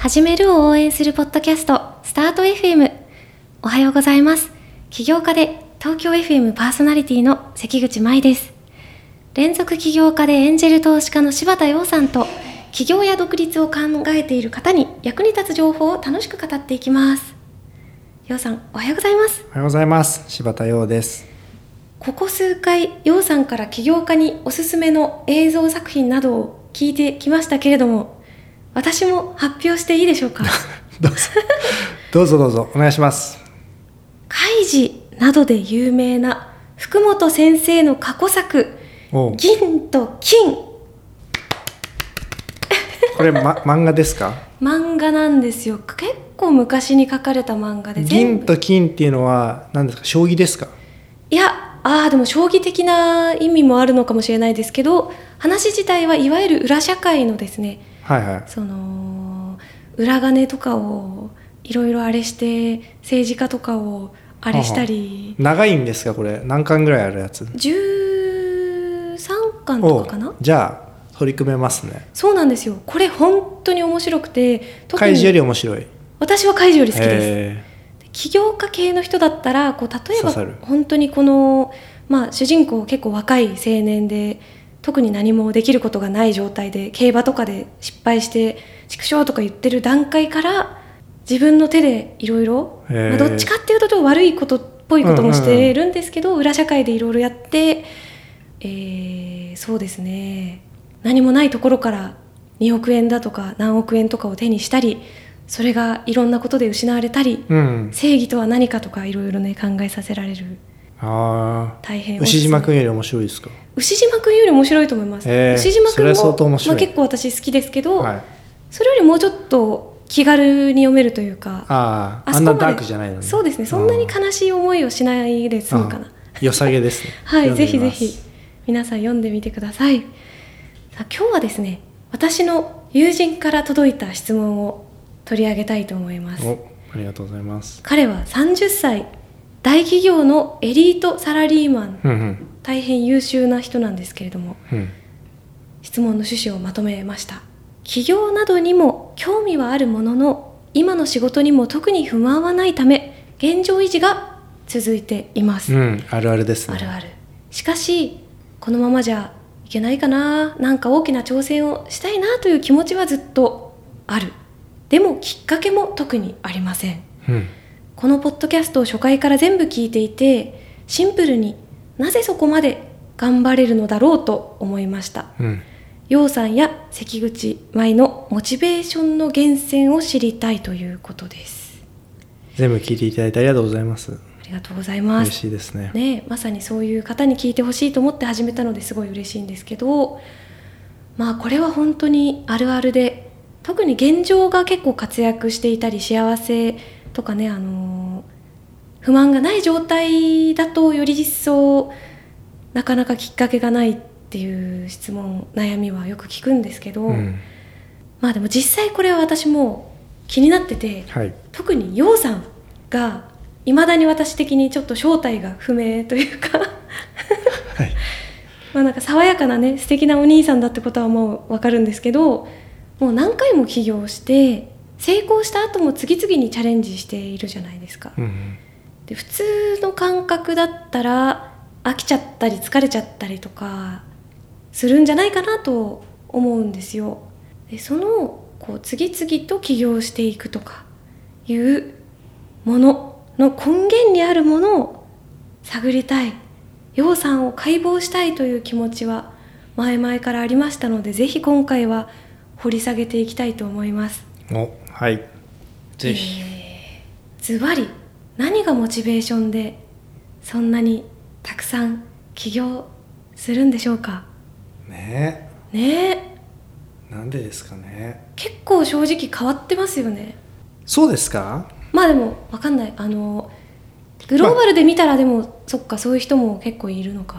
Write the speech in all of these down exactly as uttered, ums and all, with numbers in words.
始めるを応援するポッドキャストスタート エフエム。 おはようございます。起業家で東京 エフエム パーソナリティの関口舞です。連続起業家でエンジェル投資家の柴田洋さんと、起業や独立を考えている方に役に立つ情報を楽しく語っていきます。洋さん、おはようございます。 おはようございます。柴田洋です。 ここ数回洋さんから起業家におすすめの映像作品などを聞いてきましたけれども、私も発表していいでしょうか？ どうぞどうぞどうぞお願いします。 カイジなどで有名な福本先生の過去作、銀と金。 これ、ま、漫画ですか？ 漫画なんですよ。結構昔に書かれた漫画で、 銀と金っていうのは何ですか？将棋ですか？ いや、あでも将棋的な意味もあるのかもしれないですけど、話自体はいわゆる裏社会のですね、 はいはい、 その裏金とかをいろいろあれして、政治家とかをあれしたり。 はは長いんですか？これ何巻ぐらいあるやつ？ じゅうさんかんとかかな。 じゃあ取り組めますね。 そうなんですよ。これ本当に面白くて、 カイジより面白い。 私はカイジより好きです。起業家系の人だったらこう、例えば本当にこの、まあ、主人公結構若い青年で、特に何もできることがない状態で競馬とかで失敗して畜生とか言ってる段階から自分の手でいろいろ、どっちかっていうとちょっと悪いことっぽいこともしてるんですけど、うんうん、裏社会でいろいろやって、えー、そうですね、何もないところからにおくえんだとか何億円とかを手にしたり、それがいろんなことで失われたり、うん、正義とは何かとかいろいろね考えさせられる。 あ大変牛島くんより面白いですか？ 牛島くんより面白いと思います。牛島くんも、まあ、結構私好きですけど、はい、それよりもうちょっと気軽に読めるというか、 ああ、あんなダークじゃないのね。 そうですね、そんなに悲しい思いをしないで済むかな。 良さげですね。 はい、ぜひぜひ皆さん読んでみてください。さあ、今日はですね、私の友人から届いた質問を取り上げたいと思います。 お、ありがとうございます。 彼はさんじゅっさい、大企業のエリートサラリーマン、うんうん、大変優秀な人なんですけれども、うん、質問の趣旨をまとめました。起業などにも興味はあるものの、今の仕事にも特に不満はないため現状維持が続いています、 うん、あるあるですね。 あるある。しかしこのままじゃいけないかな、なんか大きな挑戦をしたいなという気持ちはずっとある。でもきっかけも特にありません、うん、このポッドキャストを初回から全部聞いていて、シンプルになぜそこまで頑張れるのだろうと思いました。洋、うん、さんや関口舞のモチベーションの源泉を知りたいということです。 全部聞いていただいてありがとうございます。 ありがとうございます。 嬉しいです ね, ねまさにそういう方に聞いてほしいと思って始めたのですごい嬉しいんですけど、まあこれは本当にあるあるで、特に現状が結構活躍していたり幸せとかね、あのー、不満がない状態だとより一層なかなかきっかけがないっていう質問、悩みはよく聞くんですけど、うん、まあでも実際これは私も気になってて、はい、特に洋さんがいまだに私的にちょっと正体が不明というか、はい、まあなんか爽やかなね素敵なお兄さんだってことはもう分かるんですけど、もう何回も起業して成功した後も次々にチャレンジしているじゃないですか、うん、で普通の感覚だったら飽きちゃったり疲れちゃったりとかするんじゃないかなと思うんですよ。でそのこう次々と起業していくとかいうものの根源にあるものを探りたい、洋さんを解剖したいという気持ちは前々からありましたので、ぜひ今回は掘り下げていきたいと思います。 お、はい、ぜひ。 ズバリ何がモチベーションでそんなにたくさん起業するんでしょうかねえ。ねえ。なんでですかね。 結構正直変わってますよね。 そうですか。 まあでも分かんない、あのグローバルで見たら、でも、まあ、そっか、そういう人も結構いるのか。 うん、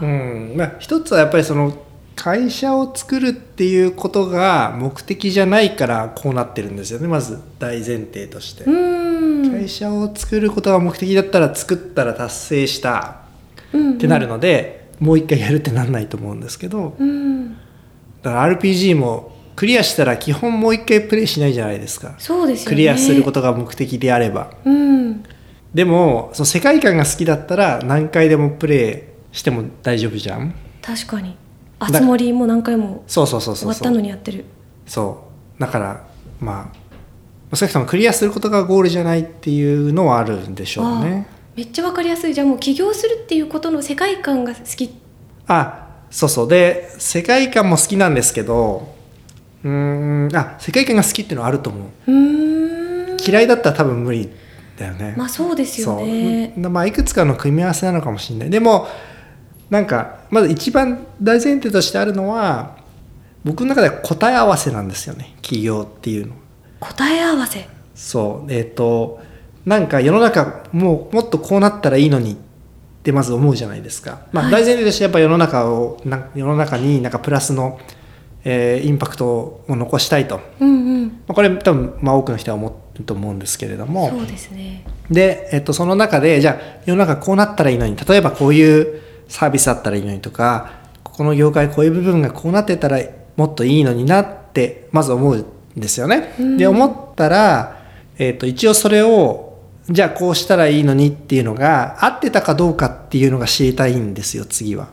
まあ一つはやっぱりその会社を作るっていうことが目的じゃないからこうなってるんですよね。まず大前提として、うーん、会社を作ることが目的だったら作ったら達成したってなるので、うんうん、もう一回やるってなんないと思うんですけど、うん、だから アールピージー もクリアしたら基本もう一回プレイしないじゃないですか。 そうですよね。 クリアすることが目的であれば、 うん、 でもその世界観が好きだったら何回でもプレイしても大丈夫じゃん。 確かに。あつ森も何回もそうそうそうそう終わったのにやってる。 そうだからまあ少なくともクリアすることがゴールじゃないっていうのはあるんでしょうね。 めっちゃわかりやすい。じゃあもう起業するっていうことの世界観が好き。 あ、そうそう。で世界観も好きなんですけど、うーんあ世界観が好きっていうのはあると思う。 うーん嫌いだったら多分無理だよね。 まあそうですよね。 そう、まあ、いくつかの組み合わせなのかもしれない。でもなんかまず一番大前提としてあるのは僕の中では答え合わせなんですよね、起業っていうの。 答え合わせ。 そうえっ、ー、となんか世の中もうもっとこうなったらいいのにってまず思うじゃないですか。まあ、大前提としてやっぱ世の中をな世の中になんかプラスの、えー、インパクトを残したいと、 うんうん、 まあ、これ多分、まあ、多くの人は思ってると思うんですけれども。 そうですね。 で、えっと、その中でじゃあ世の中こうなったらいいのに、例えばこういうサービスあったらいいのにとか、ここの業界こういう部分がこうなってたらもっといいのになってまず思うんですよね。うん、で思ったら、えっと、一応それをじゃあこうしたらいいのにっていうのが合ってたかどうかっていうのが知りたいんですよ、次は。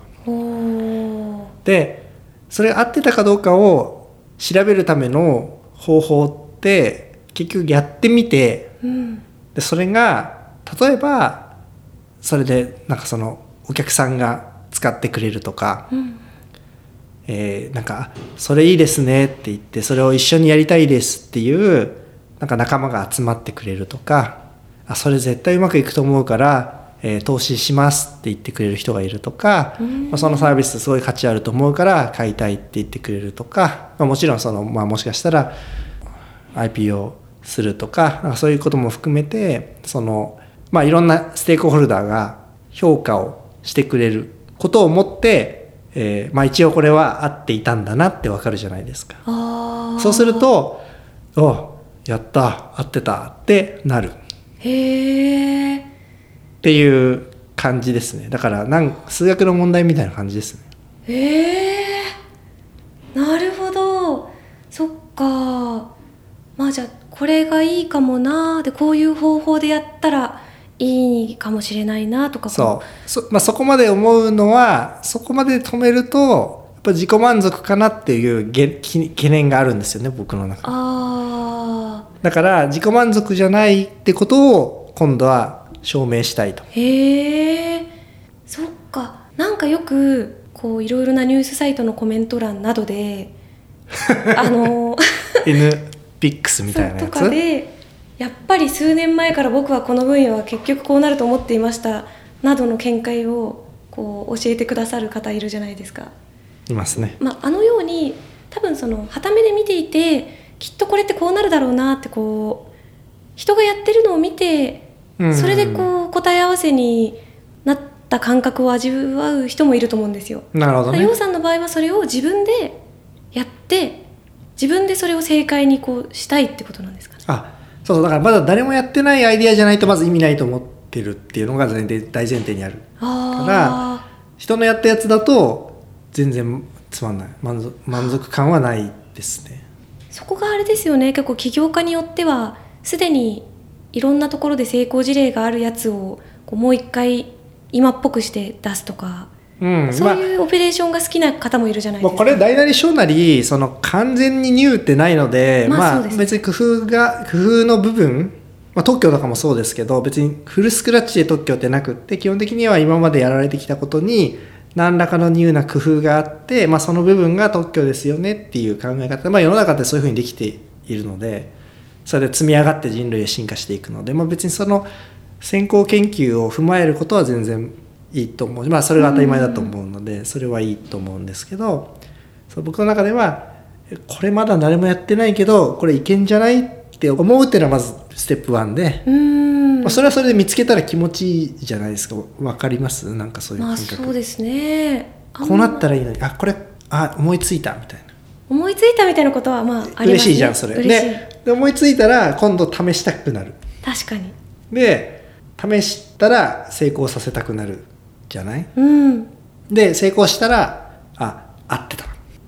でそれが合ってたかどうかを調べるための方法って結局やってみて、うん、でそれが例えばそれでなんかそのお客さんが使ってくれるとか、うんえー、なんかそれいいですねって言ってそれを一緒にやりたいですっていうなんか仲間が集まってくれるとか、あそれ絶対うまくいくと思うから、えー、投資しますって言ってくれる人がいるとか、まあ、そのサービスすごい価値あると思うから買いたいって言ってくれるとか、まあ、もちろんその、まあ、もしかしたら アイピーオー するとか、なんかそういうことも含めてその、まあ、いろんなステークホルダーが評価をしてくれることをもって、えーまあ、一応これは合っていたんだなってわかるじゃないですか。あそうするとおやった合ってたってなる。 へえ。 っていう感じですね。だからなん数学の問題みたいな感じですね。 へえ。なるほど。そっか。まあじゃあこれがいいかもなで、こういう方法でやったらいいかもしれないなとか。 そうそ、まあ、そこまで思うのはそこまで止めるとやっぱ自己満足かなっていう懸念があるんですよね、僕の中で。あだから自己満足じゃないってことを今度は証明したいと。 へえ。そっか。なんかよくこういろいろなニュースサイトのコメント欄などであの N ピックスみたいなやつとかでやっぱり数年前から僕はこの分野は結局こうなると思っていましたなどの見解をこう教えてくださる方いるじゃないですか。 いますね。 まあ、あのように多分その傍目で見ていてきっとこれってこうなるだろうなってこう人がやってるのを見てそれでこう答え合わせになった感覚を味わう人もいると思うんですよ。 なるほどね。 楊さんの場合はそれを自分でやって自分でそれを正解にこうしたいってことなんですかね。 あそうそう、だからまだ誰もやってないアイデアじゃないとまず意味ないと思ってるっていうのが前提大前提にあるから人のやったやつだと全然つまんない満足、満足感はないですね。 そこがあれですよね。結構起業家によってはすでにいろんなところで成功事例があるやつをこうもう一回今っぽくして出すとか、うん、そういうオペレーションが好きな方もいるじゃないですか。 まあ、これ大なり小なりその完全にニューってないので、まあ、まあ別に工夫が工夫の部分、まあ、特許とかもそうですけど別にフルスクラッチで特許ってなくって基本的には今までやられてきたことに何らかのニューな工夫があって、まあ、その部分が特許ですよねっていう考え方、まあ、世の中ってそういうふうにできているのでそれで積み上がって人類へ進化していくので、まあ、別にその先行研究を踏まえることは全然いいと思う、まあ、それが当たり前だと思うのでそれはいいと思うんですけど、そう僕の中ではこれまだ誰もやってないけどこれいけんじゃないって思うっていうのはまずステップワンで、うーん、まあ、それはそれで見つけたら気持ちいいじゃないですか。わかります？なんかそういう感覚、 まあ、そうですね。 こうなったらいいのにあこれあ思いついたみたいな思いついたみたいなことはまあありますね。 嬉しいじゃんそれ で, で思いついたら今度試したくなる。 確かに。 で試したら成功させたくなるじゃない、 うん、 で成功したらあ合ってたっ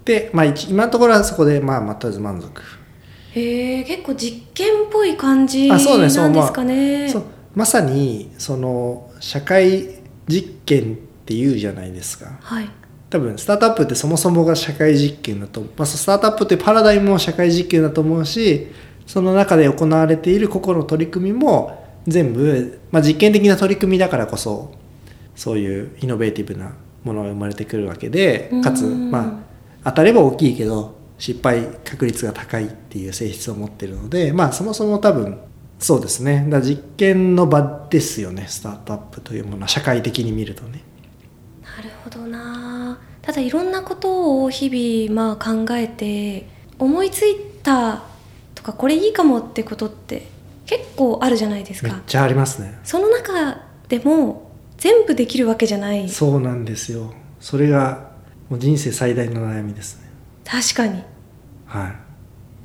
で、まあ、今のところはそこでまあまあとりあえず満足。 へえ、結構実験っぽい感じなんあそうね、 ですそうまあかね。 そうまさにその社会実験っていうじゃないですか。 はい。 多分スタートアップってそもそもが社会実験だと、まあ、スタートアップっていうパラダイムも社会実験だと思うし、その中で行われている個々の取り組みも全部、まあ、実験的な取り組みだからこそそういうイノベーティブなものが生まれてくるわけで、かつ、まあ、当たれば大きいけど失敗確率が高いっていう性質を持っているので、まあそもそも多分そうですね、だから実験の場ですよね、スタートアップというものは社会的に見るとね。 なるほどな。ただいろんなことを日々まあ考えて思いついたとかこれいいかもってことって結構あるじゃないですか。 めっちゃありますね。 その中でも全部できるわけじゃない。 そうなんですよ。それがもう人生最大の悩みですね。 確かに。 はい。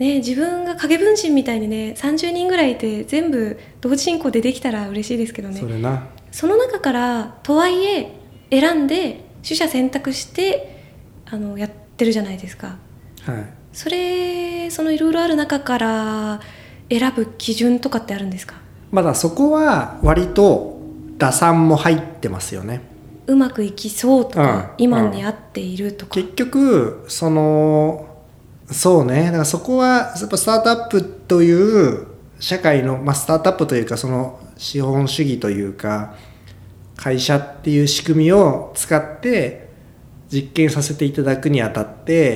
ね、自分が影分身みたいにねさんじゅうにんぐらいいて全部同時進行でできたら嬉しいですけどね。 それな。 その中からとはいえ選んで取捨選択してあのやってるじゃないですか。 はい。 それそのいろいろある中から選ぶ基準とかってあるんですか？ まだそこは割と打算も入ってますよね。 うまくいきそうとか、 うん、 今に合っているとか、 結局そのそうね、だからそこはやっぱスタートアップという社会の、まあ、スタートアップというかその資本主義というか会社っていう仕組みを使って実験させていただくにあたって、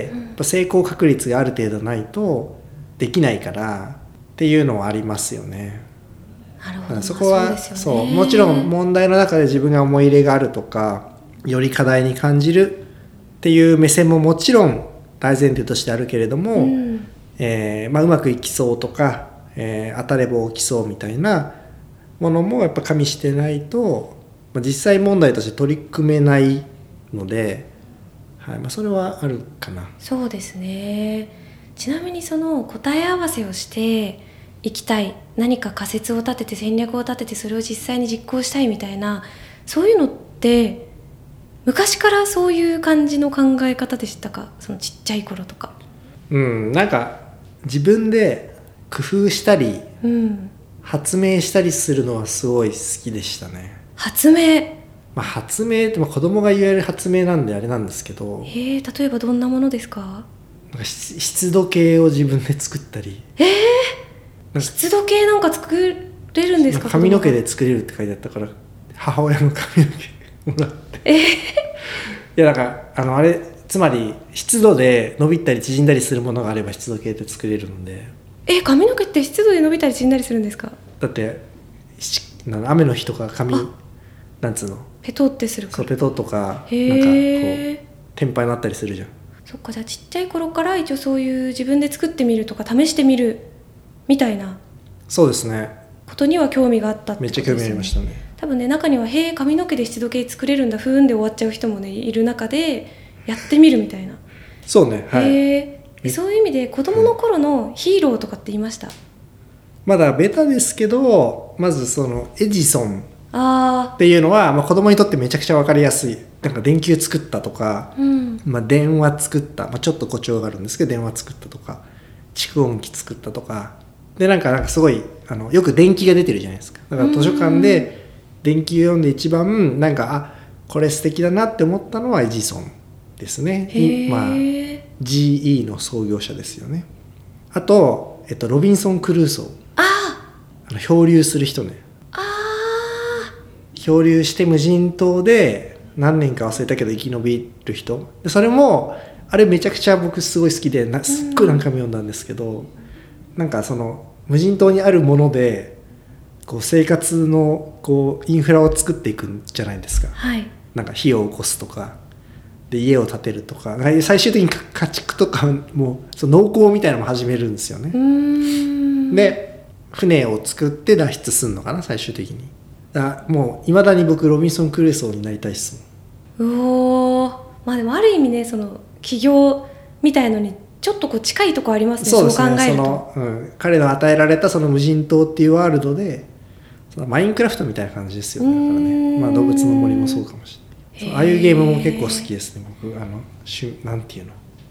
うん、やっぱ成功確率がある程度ないとできないからっていうのはありますよね。 なるほど。 そこは、 まあ、そうですよね。 そうもちろん問題の中で自分が思い入れがあるとかより課題に感じるっていう目線ももちろん大前提としてあるけれども、うんえーまあ、うまくいきそうとか、えー、当たれば起きそうみたいなものもやっぱ加味してないと、まあ、実際問題として取り組めないので、はいまあ、それはあるかな。 そうですね。ちなみにその答え合わせをしていきたい、何か仮説を立てて戦略を立ててそれを実際に実行したいみたいな、そういうのって昔からそういう感じの考え方でしたか？そのちっちゃい頃とか。 うんなんか自分で工夫したり、うん、発明したりするのはすごい好きでしたね。 発明、 まあ、発明って、まあ、子供が言える発明なんであれなんですけど、 へえ、例えばどんなものですか？ なんか湿度計を自分で作ったり。 えー、湿度計なんか作れるんですか？ 髪の毛で作れるって書いてあったから母親の髪の毛もらって、えー、いやだからあのあれつまり湿度で伸びたり縮んだりするものがあれば湿度計で作れるので。 え、髪の毛って湿度で伸びたり縮んだりするんですか？ だって雨の日とか髪なんつうのペトってするから。 そうペトとかなんかこう天パになったりするじゃん。 そっか、じゃあちっちゃい頃から一応そういう自分で作ってみるとか試してみるみたいな。 そうですね。 ことには興味があったってことですよね。 めっちゃ興味ありましたね。 多分ね、中にはへえ髪の毛で湿度計作れるんだふーんで終わっちゃう人もねいる中でやってみるみたいな。 そうね、はい。 へえ、そういう意味で子供の頃のヒーローとかって言いました？ まだベタですけど、まずそのエジソンあっていうのは、まあ、子供にとってめちゃくちゃ分かりやすい。なんか電球作ったとか、うんまあ、電話作った、まあ、ちょっと誇張があるんですけど電話作ったとか蓄音機作ったとかでなんかなんかすごいあのよく電気が出てるじゃないですか。だから図書館で電気を読んで一番なんかあこれ素敵だなって思ったのはエジソンですね。まあ、ジーイー の創業者ですよね。あと、えっと、ロビンソン・クルーソー。 ああの漂流する人ね。 あ漂流して無人島で何年か忘れたけど生き延びる人で、それもあれめちゃくちゃ僕すごい好きでな、すっごい何回も読んだんですけど、うん、なんかその無人島にあるものでこう生活のこうインフラを作っていくんじゃないですか、 はい、なんか火を起こすとかで家を建てるとか、最終的に家畜とかもその農耕みたいなのも始めるんですよね。うーんで船を作って脱出するのかな最終的に。だもういまだに僕ロビンソン・クルーソーになりたいっすもん。うおー、まあでもある意味ねその起業みたいのにちょっとこう近いとこありますね。 そうですね。 そう考えるとその、うん、彼の与えられたその無人島っていうワールドでそのマインクラフトみたいな感じですよね。だからね、まあ、動物の森もそうかもしれない。ああいうゲームも結構好きですね僕。あのしゅなんていうの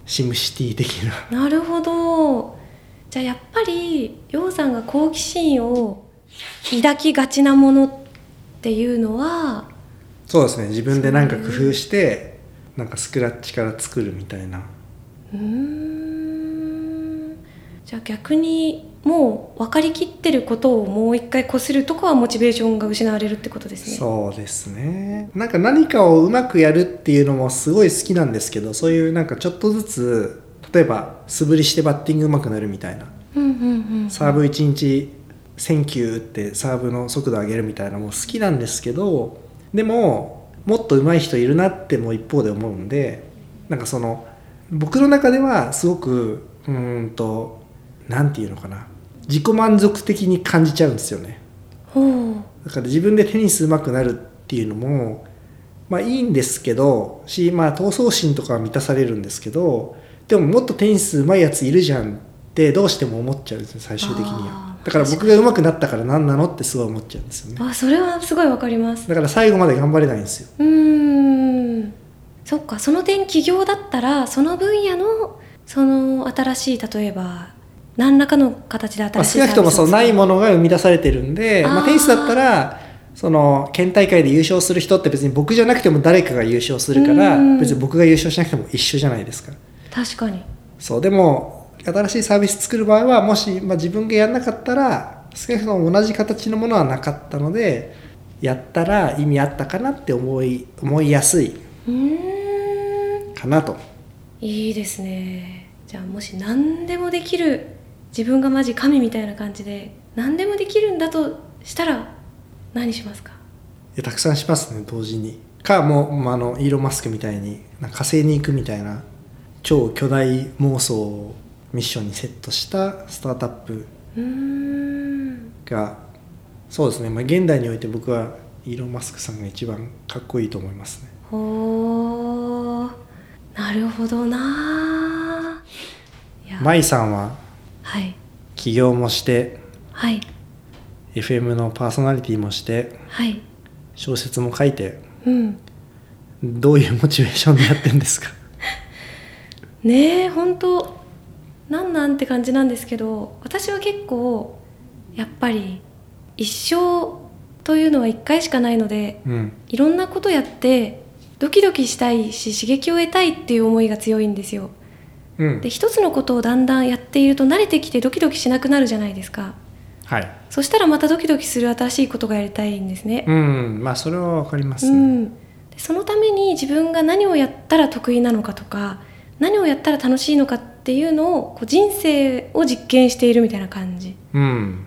シムシティ的な。 なるほど。じゃあやっぱり陽さんが好奇心を抱きがちなものっていうのは、 そうですね、自分で何か工夫してなんかスクラッチから作るみたいな。 うーん、じゃあ逆にもう分かりきってることをもう一回こするとかはモチベーションが失われるってことですね。 そうですね。なんか何かをうまくやるっていうのもすごい好きなんですけど、そういうなんかちょっとずつ、例えば素振りしてバッティングうまくなるみたいな、 うんうんうんうん、 サーブいちにちせん球打ってサーブの速度上げるみたいなのも好きなんですけど、でももっと上手い人いるなっても一方で思うんで、なんかその僕の中ではすごくうーんとなんていうのかな、自己満足的に感じちゃうんですよね。 ほう。 だから自分でテニス上手くなるっていうのもまあいいんですけどし、まあ闘争心とかは満たされるんですけど、でももっとテニス上手いやついるじゃんってどうしても思っちゃうんですよ、最終的には。だから僕が上手くなったから何なのってすごい思っちゃうんですよね。 あ、それはすごいわかります。 だから最後まで頑張れないんですよ。 うーん、そっか。その点起業だったらその分野のその新しい、例えば何らかの形で新しいサービスを、 まあ、少なくともそうないものが生み出されてるんで、 あ、 まあ、テニスだったらその県大会で優勝する人って別に僕じゃなくても誰かが優勝するから、別に僕が優勝しなくても一緒じゃないですか。 確かに。 そう、でも新しいサービス作る場合はもし、まあ、自分がやんなかったら少なくとも同じ形のものはなかったので、やったら意味あったかなって思い思いやすいうーん、 かなと。 いいですね。じゃあもし何でもできる、自分がマジ神みたいな感じで何でもできるんだとしたら何しますか？ いやたくさんしますね、同時に。かもう、まあ、あのイーロン・マスクみたいになんか火星に行くみたいな超巨大妄想をミッションにセットしたスタートアップうーん、 が、そうですね、まあ、現代において僕はイーロン・マスクさんが一番かっこいいと思いますね。 ほー、なるほどな。いや、 舞さんははい起業もしてはいエフエム のパーソナリティもしてはい小説も書いて、 うん、 どういうモチベーションでやってんですか？ ねえ、本当なんなんって感じなんですけど、私は結構やっぱり一生というのはいっかいしかないので、 うん、 いろんなことやってドキドキしたいし刺激を得たいっていう思いが強いんですよ。 うん、 で一つのことをだんだんやっていると慣れてきてドキドキしなくなるじゃないですか。 はい。 そしたらまたドキドキする新しいことがやりたいんですね。 うん、まあそれはわかりますね。 うん、でそのために自分が何をやったら得意なのかとか、何をやったら楽しいのかっていうのをこう人生を実験しているみたいな感じ、 うん、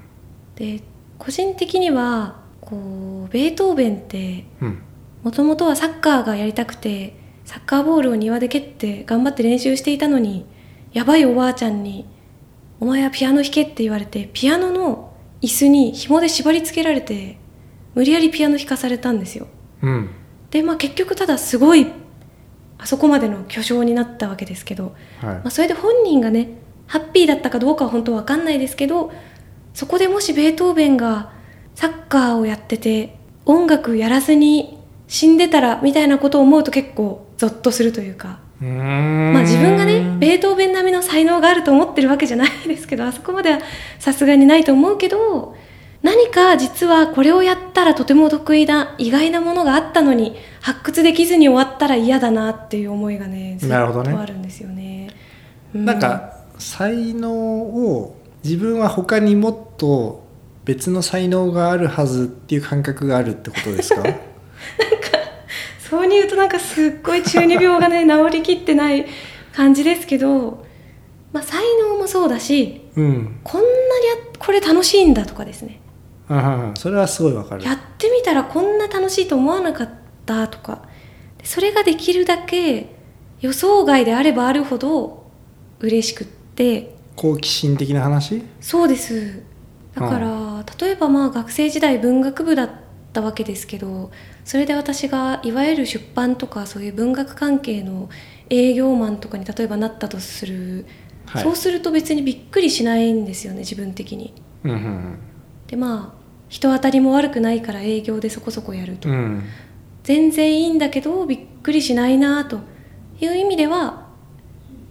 で個人的にはこうベートーベンってうん、 もともとはサッカーがやりたくてサッカーボールを庭で蹴って頑張って練習していたのに、やばいおばあちゃんにお前はピアノ弾けって言われて、ピアノの椅子に紐で縛り付けられて無理やりピアノ弾かされたんですよ。 うん、 で、まあ、結局ただすごいあそこまでの巨匠になったわけですけど、 はい、 まあ、それで本人がねハッピーだったかどうかは本当わかんないですけど、そこでもしベートーベンがサッカーをやってて音楽やらずに死んでたらみたいなことを思うと結構ゾッとするというか、 うーん、 まあ、自分がねベートーベン並みの才能があると思ってるわけじゃないですけど、あそこまではさすがにないと思うけど、何か実はこれをやったらとても得意な意外なものがあったのに発掘できずに終わったら嫌だなっていう思いがねずっとあるんですよね。うん、 なんか才能を自分は他にもっと別の才能があるはずっていう感覚があるってことですか？ なんかそうに言うとなんかすっごい中二病がね治りきってない感じですけど、まあ、才能もそうだし、 うん、 こんなにこれ楽しいんだとかですね、 あ、それはすごいわかる。 やってみたらこんな楽しいと思わなかったとか、それができるだけ予想外であればあるほど嬉しくって。 好奇心的な話？ そうです。だから、うん、例えばまあ学生時代文学部だったわけですけど、それで私がいわゆる出版とかそういう文学関係の営業マンとかに例えばなったとする、はい、そうすると別にびっくりしないんですよね、自分的に。 うんうん、 でまあ人当たりも悪くないから営業でそこそこやると、 うん、 全然いいんだけどびっくりしないなという意味では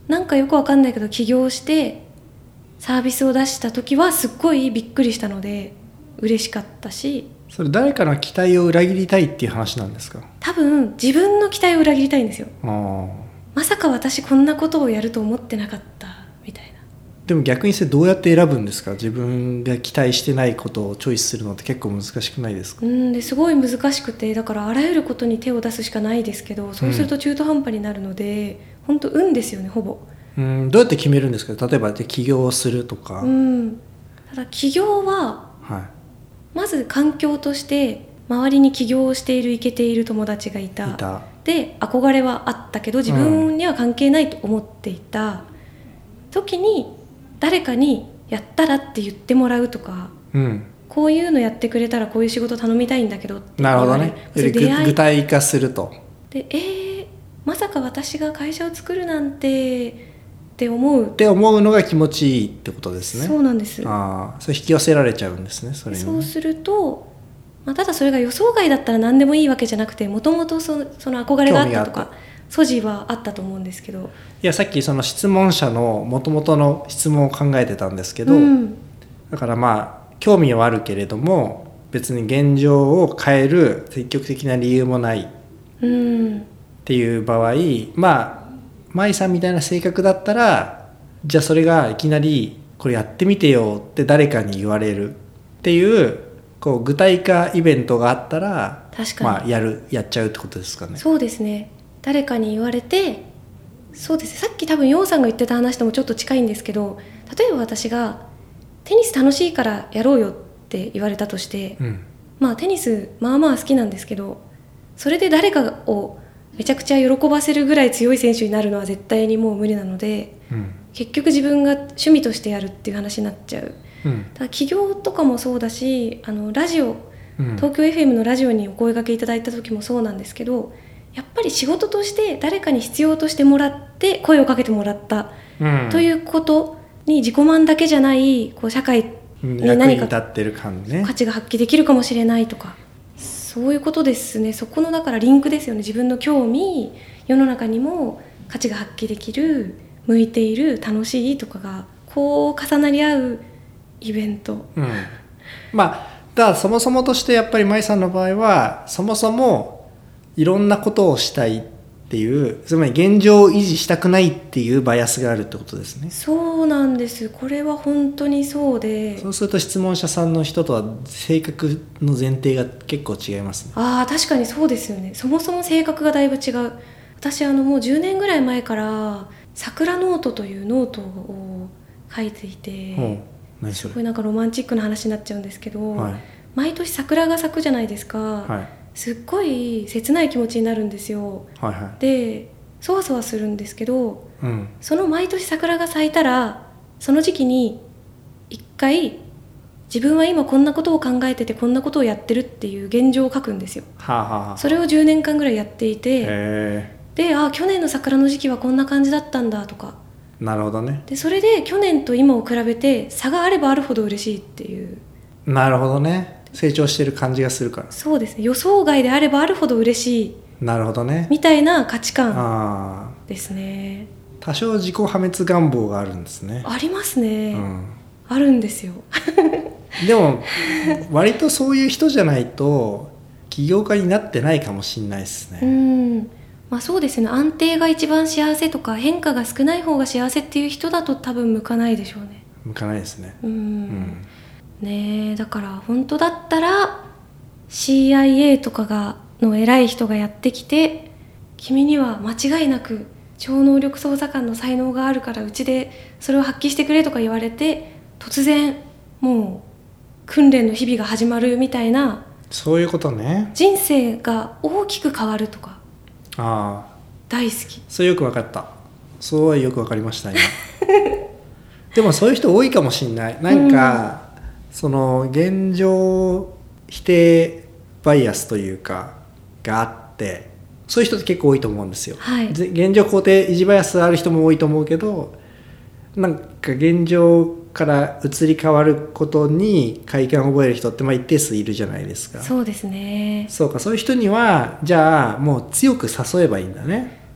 なんかよくわかんないけど起業してサービスを出した時はすっごいびっくりしたので嬉しかったし、 それ誰かの期待を裏切りたいっていう話なんですか？ 多分自分の期待を裏切りたいんですよ。 あまさか私こんなことをやると思ってなかったみたいな。 でも逆にそれどうやって選ぶんですか？自分が期待してないことをチョイスするのって結構難しくないですか？ うんですごい難しくて、だからあらゆることに手を出すしかないですけど、そうすると中途半端になるので、うん、本当運ですよね、ほぼ。 うんどうやって決めるんですか？例えばで起業するとか、 うん、ただ起業は、 はい、 まず環境として周りに起業をしているイケている友達がいた、 いたで憧れはあったけど自分には関係ないと思っていた、うん、時に誰かにやったらって言ってもらうとか、うん、こういうのやってくれたらこういう仕事頼みたいんだけどってなるほどね。より具体化するとで、えー、まさか私が会社を作るなんてって思うって思うのが気持ちいいってことですね。 そうなんです。 あそれ引き寄せられちゃうんですね。それにね。 そうすると、まあ、ただそれが予想外だったら何でもいいわけじゃなくて、もともとその憧れがあったとか素地はあったと思うんですけど、 いやさっきその質問者のもともとの質問を考えてたんですけど、うん、だからまあ興味はあるけれども別に現状を変える積極的な理由もないっていう場合、まあ舞さんみたいな性格だったら、じゃあそれがいきなりこれやってみてよって誰かに言われるっていうこう具体化イベントがあったら、 確かに、 まあ、やるやっちゃうってことですかね。 そうですね。誰かに言われて、そうですね、さっき多分ヨウさんが言ってた話ともちょっと近いんですけど、例えば私がテニス楽しいからやろうよって言われたとして、うん、まあテニスまあまあ好きなんですけど、それで誰かをめちゃくちゃ喜ばせるぐらい強い選手になるのは絶対にもう無理なので、うん、結局自分が趣味としてやるっていう話になっちゃう、うん、だから起業とかもそうだし、あのラジオ、うん、東京 エフエム のラジオにお声掛けいただいた時もそうなんですけど、やっぱり仕事として誰かに必要としてもらって声をかけてもらった、うん、ということに自己満だけじゃないこう社会に何か価値が発揮できるかもしれないとか、そういうことですね。そこのだからリンクですよね。自分の興味、世の中にも価値が発揮できる、向いている、楽しいとかがこう重なり合うイベント、うん、 まあだからそもそもとしてやっぱり舞さんの場合はそもそもいろんなことをしたいっていう、つまり現状を維持したくないっていうバイアスがあるってことですね。 そうなんです。これは本当にそうで、 そうすると質問者さんの人とは性格の前提が結構違いますね。 ああ確かにそうですよね。そもそも性格がだいぶ違う。私あのもうじゅうねんぐらい前から桜ノートというノートを書いていて、うん、何それ？すごいなんかロマンチックな話になっちゃうんですけど、はい、毎年桜が咲くじゃないですか、はい、すっごい切ない気持ちになるんですよ、はいはい、でそわそわするんですけど、うん、その毎年桜が咲いたらその時期に一回自分は今こんなことを考えててこんなことをやってるっていう現状を書くんですよ、はあはあ、それをじゅうねんかんぐらいやっていて、へであ去年の桜の時期はこんな感じだったんだとか、 なるほどね。 でそれで去年と今を比べて差があればあるほど嬉しいっていう。 なるほどね。成長してる感じがするから。 そうですね。予想外であればあるほど嬉しい。 なるほどね。 みたいな価値観ですね。 多少自己破滅願望があるんですね。 ありますね、うん、あるんですよでも割とそういう人じゃないと起業家になってないかもしれないですね。 うんまあ、そうですね。安定が一番幸せとか変化が少ない方が幸せっていう人だと多分向かないでしょうね。 向かないですね。うん、 うんねえ、だから本当だったら シーアイエー とかがの偉い人がやってきて、君には間違いなく超能力捜査官の才能があるからうちでそれを発揮してくれとか言われて、突然もう訓練の日々が始まるみたいな、 そういうことね。 人生が大きく変わるとか、ああ大好き。 それよく分かった。そうはよく分かりました今でもそういう人多いかもしれない。なんか、うん、その現状否定バイアスというかがあって、そういう人って結構多いと思うんですよ、はい、現状肯定維持バイアスある人も多いと思うけど、なんか現状から移り変わることに快感を覚える人ってまあ一定数いるじゃないですか。 そうですね。 そうか、そういう人にはじゃあもう強く誘えばいいんだね。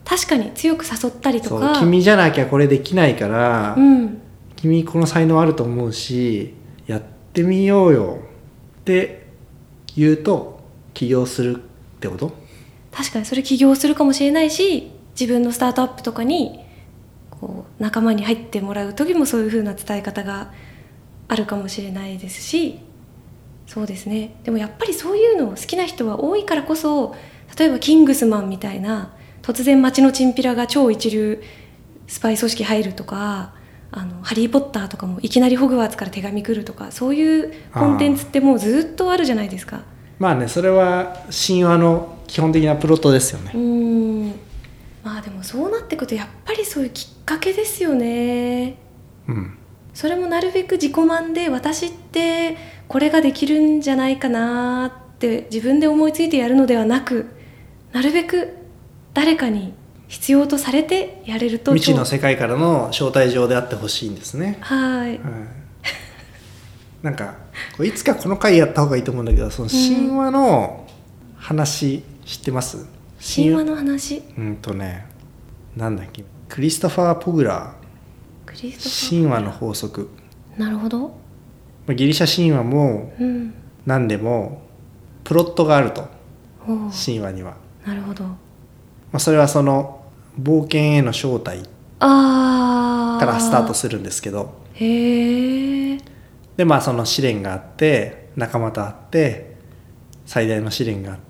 確かに強く誘ったりとか、 そう君じゃなきゃこれできないから、 うん、 君この才能あると思うしやってみようよって言うと起業するってこと？ 確かにそれ起業するかもしれないし、自分のスタートアップとかにこう仲間に入ってもらう時もそういう風な伝え方があるかもしれないですし、そうですね。でもやっぱりそういうの好きな人は多いからこそ、例えばキングスマンみたいな突然街のチンピラが超一流スパイ組織入るとか、あのハリーポッターとかもいきなりホグワーツから手紙来るとか、そういうコンテンツってもうずっとあるじゃないですか。 まあね、それは神話の基本的なプロットですよね。 うーん、まあでもそうなってくるとやっぱりそういうきっかけですよね。 うん、 それもなるべく自己満で、私ってこれができるんじゃないかなって自分で思いついてやるのではなく、なるべく誰かに必要とされてやれると、 未知の世界からの招待状であってほしいんですね。 はい、 はい、なんかこういつかこの回やった方がいいと思うんだけど、その神話の話知ってます？うん、 神話の話、 うんとね、なんだっけ、クリストファー・ポグラクリストファー神話の法則。 なるほど。 ギリシャ神話もうん、 何でもプロットがあると、 おう神話には。 なるほど。 まあ、それはその冒険への招待あからスタートするんですけど、 へえ。 でまあその試練があって、仲間と会って最大の試練があって、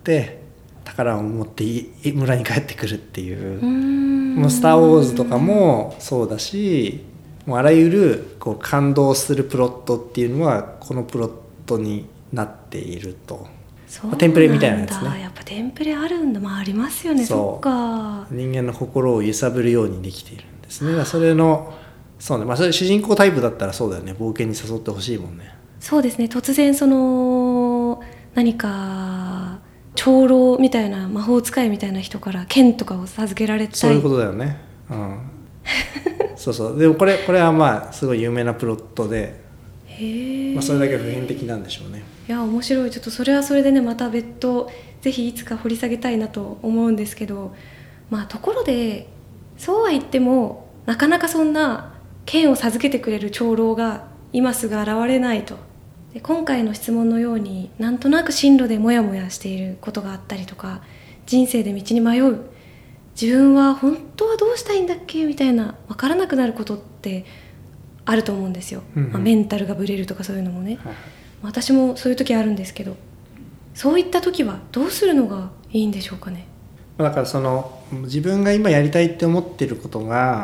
宝を持って村に帰ってくるっていう、 うーん、 もうスター・ウォーズとかもそうだし、もうあらゆるこう感動するプロットっていうのはこのプロットになっていると。 そうなんだ、 テンプレみたいなやつね。 やっぱテンプレあるんだ。まあありますよね。 そうそっか。 人間の心を揺さぶるようにできているんですね。だからそれのそうね、まあそれ主人公タイプだったらそうだよね。冒険に誘ってほしいもんね。 そうですね。突然その何か長老みたいな魔法使いみたいな人から剣とかを授けられたい。 そういうことだよね。うん。そうそう。でもこれこれはまあすごい有名なプロットで、 へえ、 まあそれだけ普遍的なんでしょうね。 いや面白い。ちょっとそれはそれでね、また別途ぜひいつか掘り下げたいなと思うんですけど、まあところでそうは言ってもなかなかそんな剣を授けてくれる長老が今すぐ現れないと。で今回の質問のようになんとなく進路でモヤモヤしていることがあったりとか、人生で道に迷う、自分は本当はどうしたいんだっけみたいな分からなくなることってあると思うんですよ、 うんうん、 まあ、メンタルがブレるとかそういうのもね、 はい、 私もそういう時あるんですけど、そういった時はどうするのがいいんでしょうかね。 だからその自分が今やりたいって思ってることが、 うん、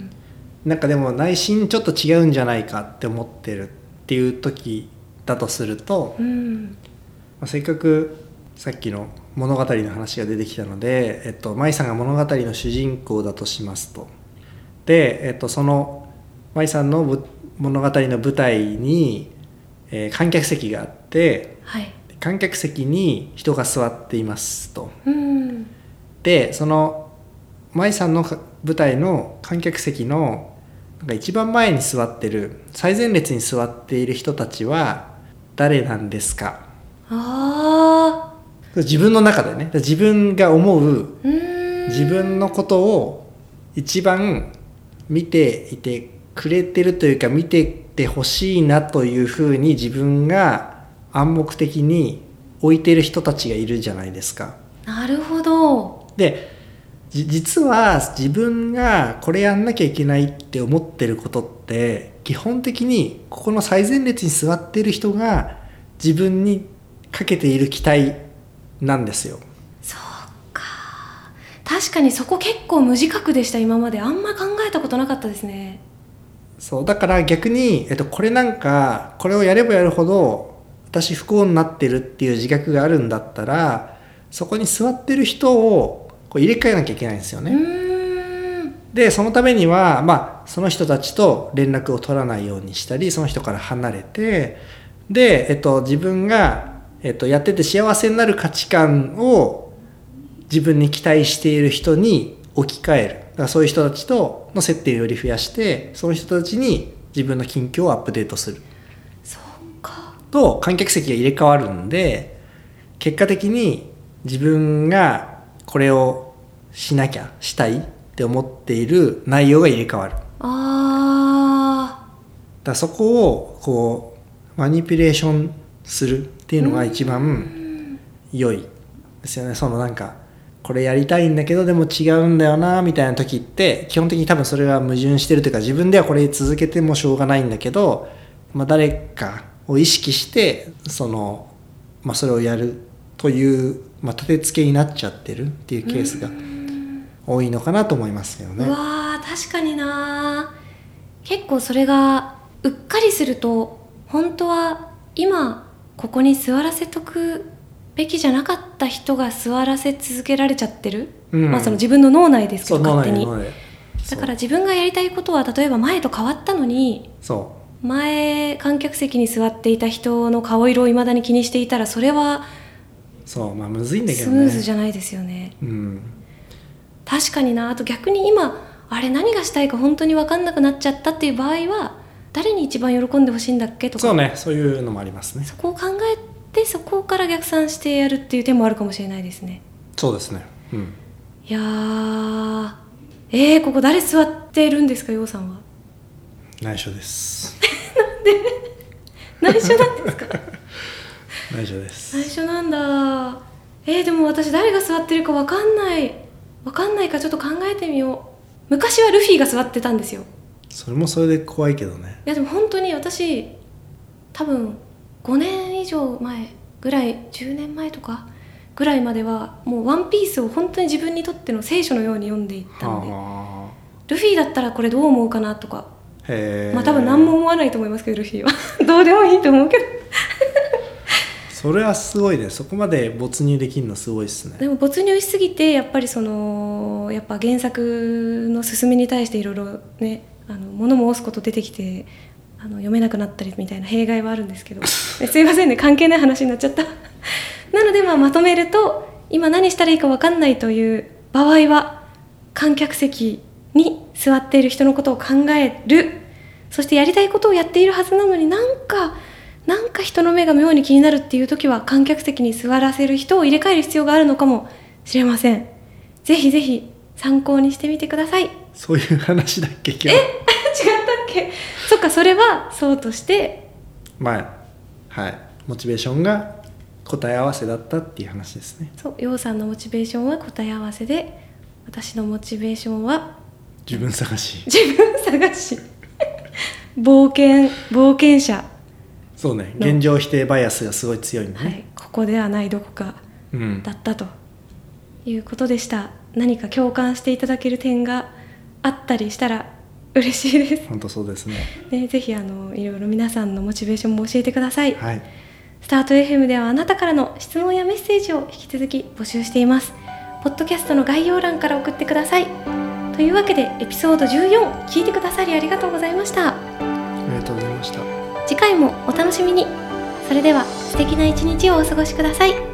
なんかでも内心ちょっと違うんじゃないかって思ってるっていう時だとすると、 うんまあ、せっかくさっきの物語の話が出てきたので、えっと、舞さんが物語の主人公だとしますと。で、えっと、その舞さんの物語の舞台に、えー、観客席があって、 はい、 観客席に人が座っていますと。 うん、 でその舞さんの舞台の観客席のなんか一番前に座ってる最前列に座っている人たちは誰なんですか？ あ自分の中でね、自分が思う、 うーん、 自分のことを一番見ていてくれてるというか、見ててほしいなというふうに自分が暗黙的に置いてる人たちがいるじゃないですか。 なるほど。 で実は自分がこれやんなきゃいけないって思ってることって基本的にここの最前列に座ってる人が自分にかけている期待なんですよ。 そうか、確かにそこ結構無自覚でした。今まであんま考えたことなかったですね。 そうだから逆に、えっと、これなんかこれをやればやるほど私不幸になってるっていう自覚があるんだったら、そこに座ってる人をこう入れ替えなきゃいけないんですよね。 うーん、 でそのためには、まあ、その人たちと連絡を取らないようにしたり、その人から離れて、で、えっと、自分が、えっと、やってて幸せになる価値観を自分に期待している人に置き換える。だからそういう人たちとの接点をより増やして、その人たちに自分の近況をアップデートする。 そうか。 と観客席が入れ替わるんで、結果的に自分がこれをしなきゃしたいって思っている内容が入れ替わる。 あだからそこをこうマニピュレーションするっていうのが一番良いですよね。そのなんかこれやりたいんだけどでも違うんだよなみたいな時って基本的に多分それが矛盾してるというか、自分ではこれ続けてもしょうがないんだけど、まあ、誰かを意識してその、まあ、それをやるという、まあ、立て付けになっちゃってるっていうケースが多いのかなと思いますけどね。 うわー確かにな。結構それがうっかりすると本当は今ここに座らせとくべきじゃなかった人が座らせ続けられちゃってる、うんまあ、その自分の脳内ですけど勝手に。だから自分がやりたいことは例えば前と変わったのに、 そう前観客席に座っていた人の顔色をいまだに気にしていたらそれはそうまあむずいんだけどね。 スムーズじゃないですよね、 うん、 確かにな。あと逆に今あれ何がしたいか本当に分かんなくなっちゃったっていう場合は誰に一番喜んでほしいんだっけとか、 そうね、そういうのもありますね。 そこを考えてそこから逆算してやるっていう手もあるかもしれないですね。 そうですね、うん、 いやーえー、ここ誰座ってるんですか、ようさんは。 内緒ですなんで内緒なんですか内緒です。 内緒なんだ。えー、でも私誰が座ってるか分かんない分かんないからちょっと考えてみよう。昔はルフィが座ってたんですよ。 それもそれで怖いけどね。 いやでも本当に私多分ごねん以上前ぐらい、じゅうねんまえとかぐらいまではもうワンピースを本当に自分にとっての聖書のように読んでいったので、はあ、ルフィだったらこれどう思うかなとか、 へまあ多分何も思わないと思いますけどルフィはどうでもいいと思うけどそれはすごいね。そこまで没入できるのすごいですね。 でも没入しすぎてやっぱりそのやっぱ原作の進めに対していろいろね、あの物申すこと出てきてあの読めなくなったりみたいな弊害はあるんですけどすいませんね、関係ない話になっちゃったなのでまあまとめると、今何したらいいか分かんないという場合は観客席に座っている人のことを考える。そしてやりたいことをやっているはずなのになんかなんか人の目が妙に気になるっていう時は観客席に座らせる人を入れ替える必要があるのかもしれません。ぜひぜひ参考にしてみてください。 そういう話だっけ今日。え違ったっけ。そっか、それはそうとしてまあはいモチベーションが答え合わせだったっていう話ですね。 そう、陽さんのモチベーションは答え合わせで、私のモチベーションは自分探し自分探し冒険冒険者。 そうね、現状否定バイアスがすごい強いんでね、 はい、ここではないどこかだったということでした、うん、何か共感していただける点があったりしたら嬉しいです。 本当そうですね。 ね、ぜひあのいろいろ皆さんのモチベーションも教えてください、 はい、 スタート エフエム ではあなたからの質問やメッセージを引き続き募集しています。ポッドキャストの概要欄から送ってください。というわけでエピソードじゅうよん聞いてくださりありがとうございました。 ありがとうございました。 次回もお楽しみに。それでは素敵な一日をお過ごしください。